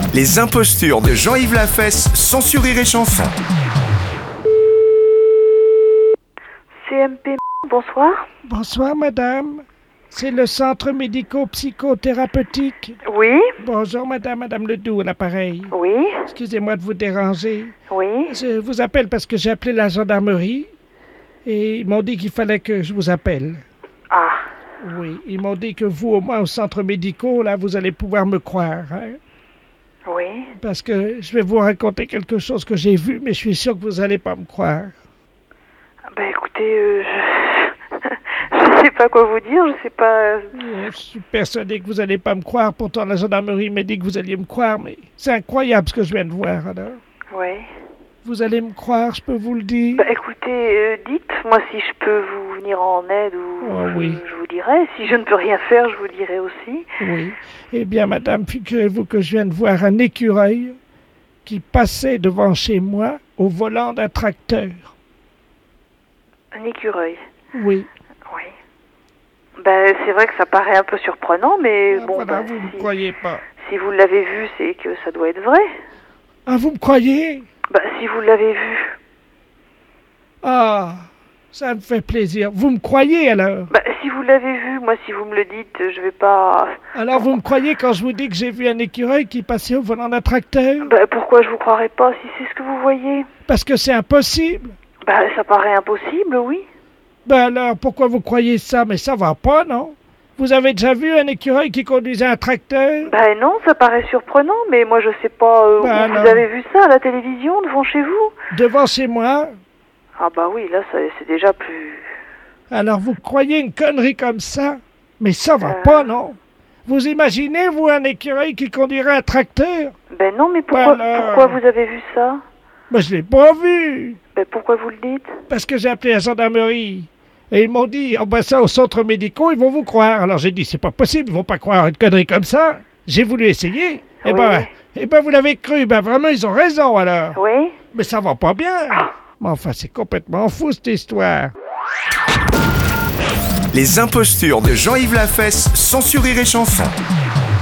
Les impostures de Jean-Yves Lafesse, sans Rire et Chanson. CMP, bonsoir. Bonsoir madame, c'est le centre médico-psychothérapeutique. Oui, Bonjour madame Ledoux à l'appareil. oui, Excusez-moi de vous déranger. oui. Je vous appelle parce que j'ai appelé la gendarmerie et ils m'ont dit qu'il fallait que je vous appelle. Ah, Oui, ils m'ont dit que vous, au moins au centre médical, là, vous allez pouvoir me croire. Hein? oui. Parce que je vais vous raconter quelque chose que j'ai vu, mais je suis sûr que vous n'allez pas me croire. Ben écoutez, je sais pas quoi vous dire, je sais pas. Je suis persuadé que vous n'allez pas me croire. Pourtant, la gendarmerie m'a dit que vous alliez me croire, mais c'est incroyable ce que je viens de voir, alors. Oui. Vous allez me croire, je peux vous le dire. Bah écoutez, dites, moi si je peux vous venir en aide ou Oh, oui. je vous dirai. Si je ne peux rien faire, je vous dirai aussi. Oui. Eh bien, madame, figurez-vous que je viens de voir un écureuil qui passait devant chez moi au volant d'un tracteur. Un écureuil. Oui. Oui. Ben c'est vrai que ça paraît un peu surprenant, mais Ah, bon, voilà, ben, vous ne me croyez pas. si vous l'avez vu, c'est que ça doit être vrai. Ah, vous me croyez? Ben si vous l'avez vu. Ah, ça me fait plaisir. Vous me croyez, alors? Ben si vous l'avez vu, moi si vous me le dites, je vais pas... Alors, vous me croyez quand je vous dis que j'ai vu un écureuil qui passait au volant d'un tracteur? Ben pourquoi je vous croirais pas si c'est ce que vous voyez? Parce que c'est impossible. Ben ça paraît impossible, oui. Ben alors, pourquoi vous croyez ça? Mais ça va pas, non? Vous avez déjà vu un écureuil qui conduisait un tracteur? Ben non, ça paraît surprenant, mais moi je sais pas où Ben non. vous avez vu ça à la télévision, devant chez vous. Devant chez moi? Ah bah oui, là c'est déjà plus... Alors, vous croyez une connerie comme ça? Mais ça va pas, non? Vous imaginez, vous, un écureuil qui conduirait un tracteur? Ben non, mais pourquoi, alors. pourquoi vous avez vu ça? Ben, je l'ai pas vu. Ben pourquoi vous le dites? Parce que j'ai appelé la gendarmerie. Et ils m'ont dit, oh ben ça, au centre médical, ils vont vous croire. Alors j'ai dit, c'est pas possible, ils vont pas croire une connerie comme ça. J'ai voulu essayer. Oui. Eh ben, vous l'avez cru. Ben, vraiment, ils ont raison, alors. Oui? Mais ça va pas bien. Mais enfin, c'est complètement fou, cette histoire. Les impostures de Jean-Yves Lafesse, sans Rire et Chanson.